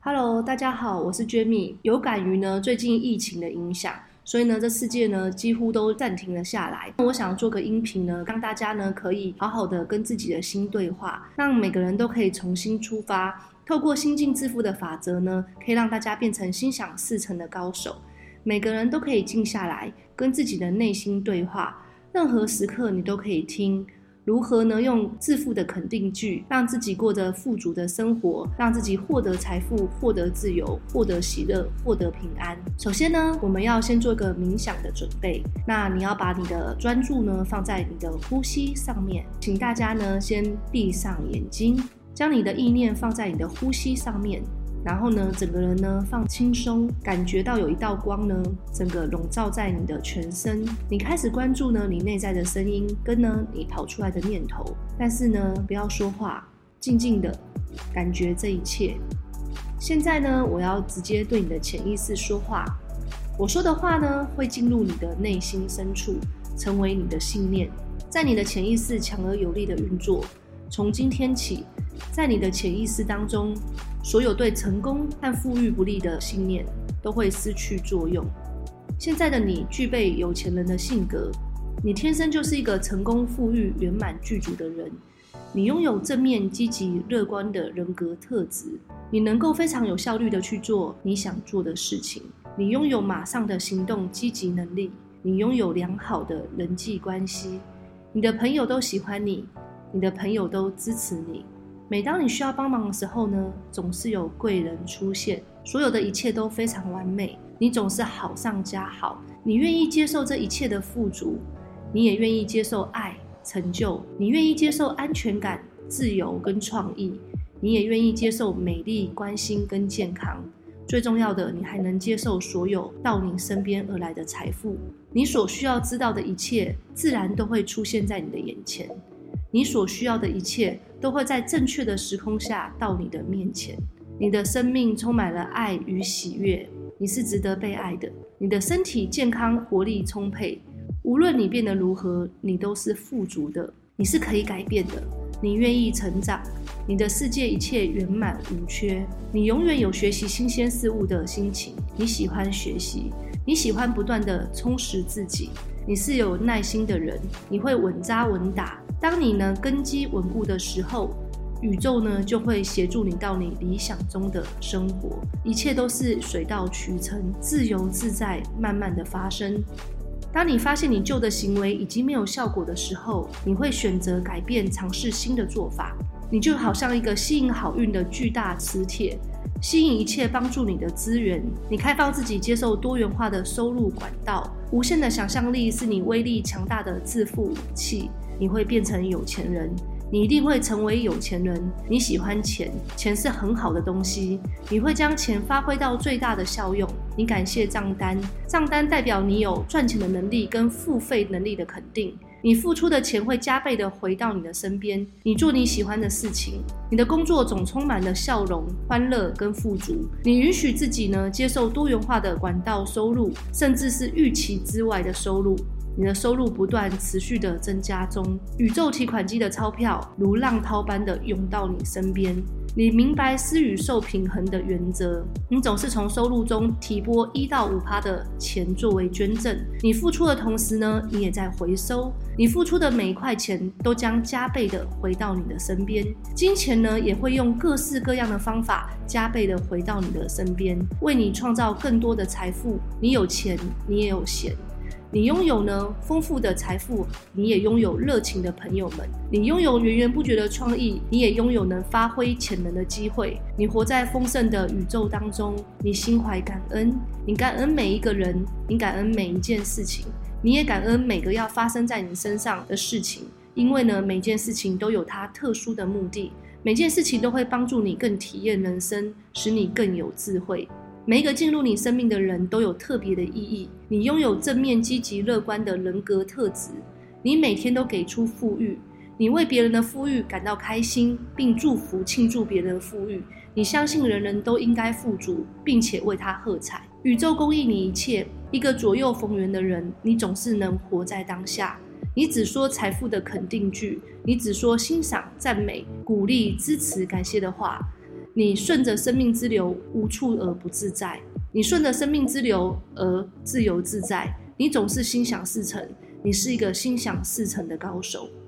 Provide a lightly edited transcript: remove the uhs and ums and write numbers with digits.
Hello， 大家好，我是 Jamie。有感于最近疫情的影响，所以这世界几乎都暂停了下来。我想做个音频让大家可以好好的跟自己的心对话，让每个人都可以重新出发。透过心境致富的法则可以让大家变成心想事成的高手。每个人都可以静下来，跟自己的内心对话。任何时刻你都可以听。如何用致富的肯定句，让自己过着富足的生活，让自己获得财富，获得自由，获得喜乐，获得平安。首先我们要先做一个冥想的准备。那你要把你的专注放在你的呼吸上面，请大家先闭上眼睛，将你的意念放在你的呼吸上面。然后整个人放轻松，感觉到有一道光整个笼罩在你的全身。你开始关注你内在的声音跟你跑出来的念头，但是不要说话，静静的感觉这一切。现在我要直接对你的潜意识说话，我说的话会进入你的内心深处，成为你的信念，在你的潜意识强而有力的运作。从今天起，在你的潜意识当中，所有对成功和富裕不利的信念都会失去作用。现在的你具备有钱人的性格，你天生就是一个成功、富裕、圆满、具足的人。你拥有正面、积极、乐观的人格特质，你能够非常有效率的去做你想做的事情。你拥有马上的行动积极能力，你拥有良好的人际关系，你的朋友都喜欢你，你的朋友都支持你。每当你需要帮忙的时候总是有贵人出现，所有的一切都非常完美，你总是好上加好。你愿意接受这一切的富足，你也愿意接受爱、成就，你愿意接受安全感、自由跟创意，你也愿意接受美丽、关心跟健康。最重要的，你还能接受所有到你身边而来的财富。你所需要知道的一切，自然都会出现在你的眼前。你所需要的一切都会在正确的时空下到你的面前。你的生命充满了爱与喜悦，你是值得被爱的。你的身体健康，活力充沛，无论你变得如何，你都是富足的。你是可以改变的，你愿意成长，你的世界一切圆满无缺。你永远有学习新鲜事物的心情，你喜欢学习，你喜欢不断的充实自己。你是有耐心的人，你会稳扎稳打。当你根基稳固的时候，宇宙就会协助你到你理想中的生活，一切都是水到渠成，自由自在，慢慢的发生。当你发现你旧的行为已经没有效果的时候，你会选择改变，尝试新的做法。你就好像一个吸引好运的巨大磁铁，吸引一切帮助你的资源。你开放自己接受多元化的收入管道，无限的想象力是你威力强大的致富武器。你会变成有钱人，你一定会成为有钱人。你喜欢钱，钱是很好的东西，你会将钱发挥到最大的效用。你感谢账单，账单代表你有赚钱的能力跟付费能力的肯定。你付出的钱会加倍的回到你的身边。你做你喜欢的事情，你的工作总充满了笑容、欢乐跟富足。你允许自己接受多元化的管道收入，甚至是预期之外的收入。你的收入不断持续的增加中，宇宙提款机的钞票如浪涛般的涌到你身边。你明白施与受平衡的原则，你总是从收入中提拨1到5%的钱作为捐赠。你付出的同时你也在回收，你付出的每一块钱都将加倍的回到你的身边。金钱也会用各式各样的方法加倍的回到你的身边，为你创造更多的财富。你有钱，你也有闲。你拥有丰富的财富，你也拥有热情的朋友们。你拥有源源不绝的创意，你也拥有能发挥潜能的机会。你活在丰盛的宇宙当中，你心怀感恩，你感恩每一个人，你感恩每一件事情，你也感恩每个要发生在你身上的事情。因为每件事情都有它特殊的目的，每件事情都会帮助你更体验人生，使你更有智慧。每一个进入你生命的人都有特别的意义。你拥有正面、积极、乐观的人格特质，你每天都给出富裕，你为别人的富裕感到开心，并祝福庆祝别人的富裕。你相信人人都应该富足，并且为他喝彩。宇宙供应你一切。一个左右逢源的人，你总是能活在当下。你只说财富的肯定句，你只说欣赏、赞美、鼓励、支持、感谢的话。 你顺着生命之流无处而不自在，你顺着生命之流而自由自在，你总是心想事成，你是一个心想事成的高手。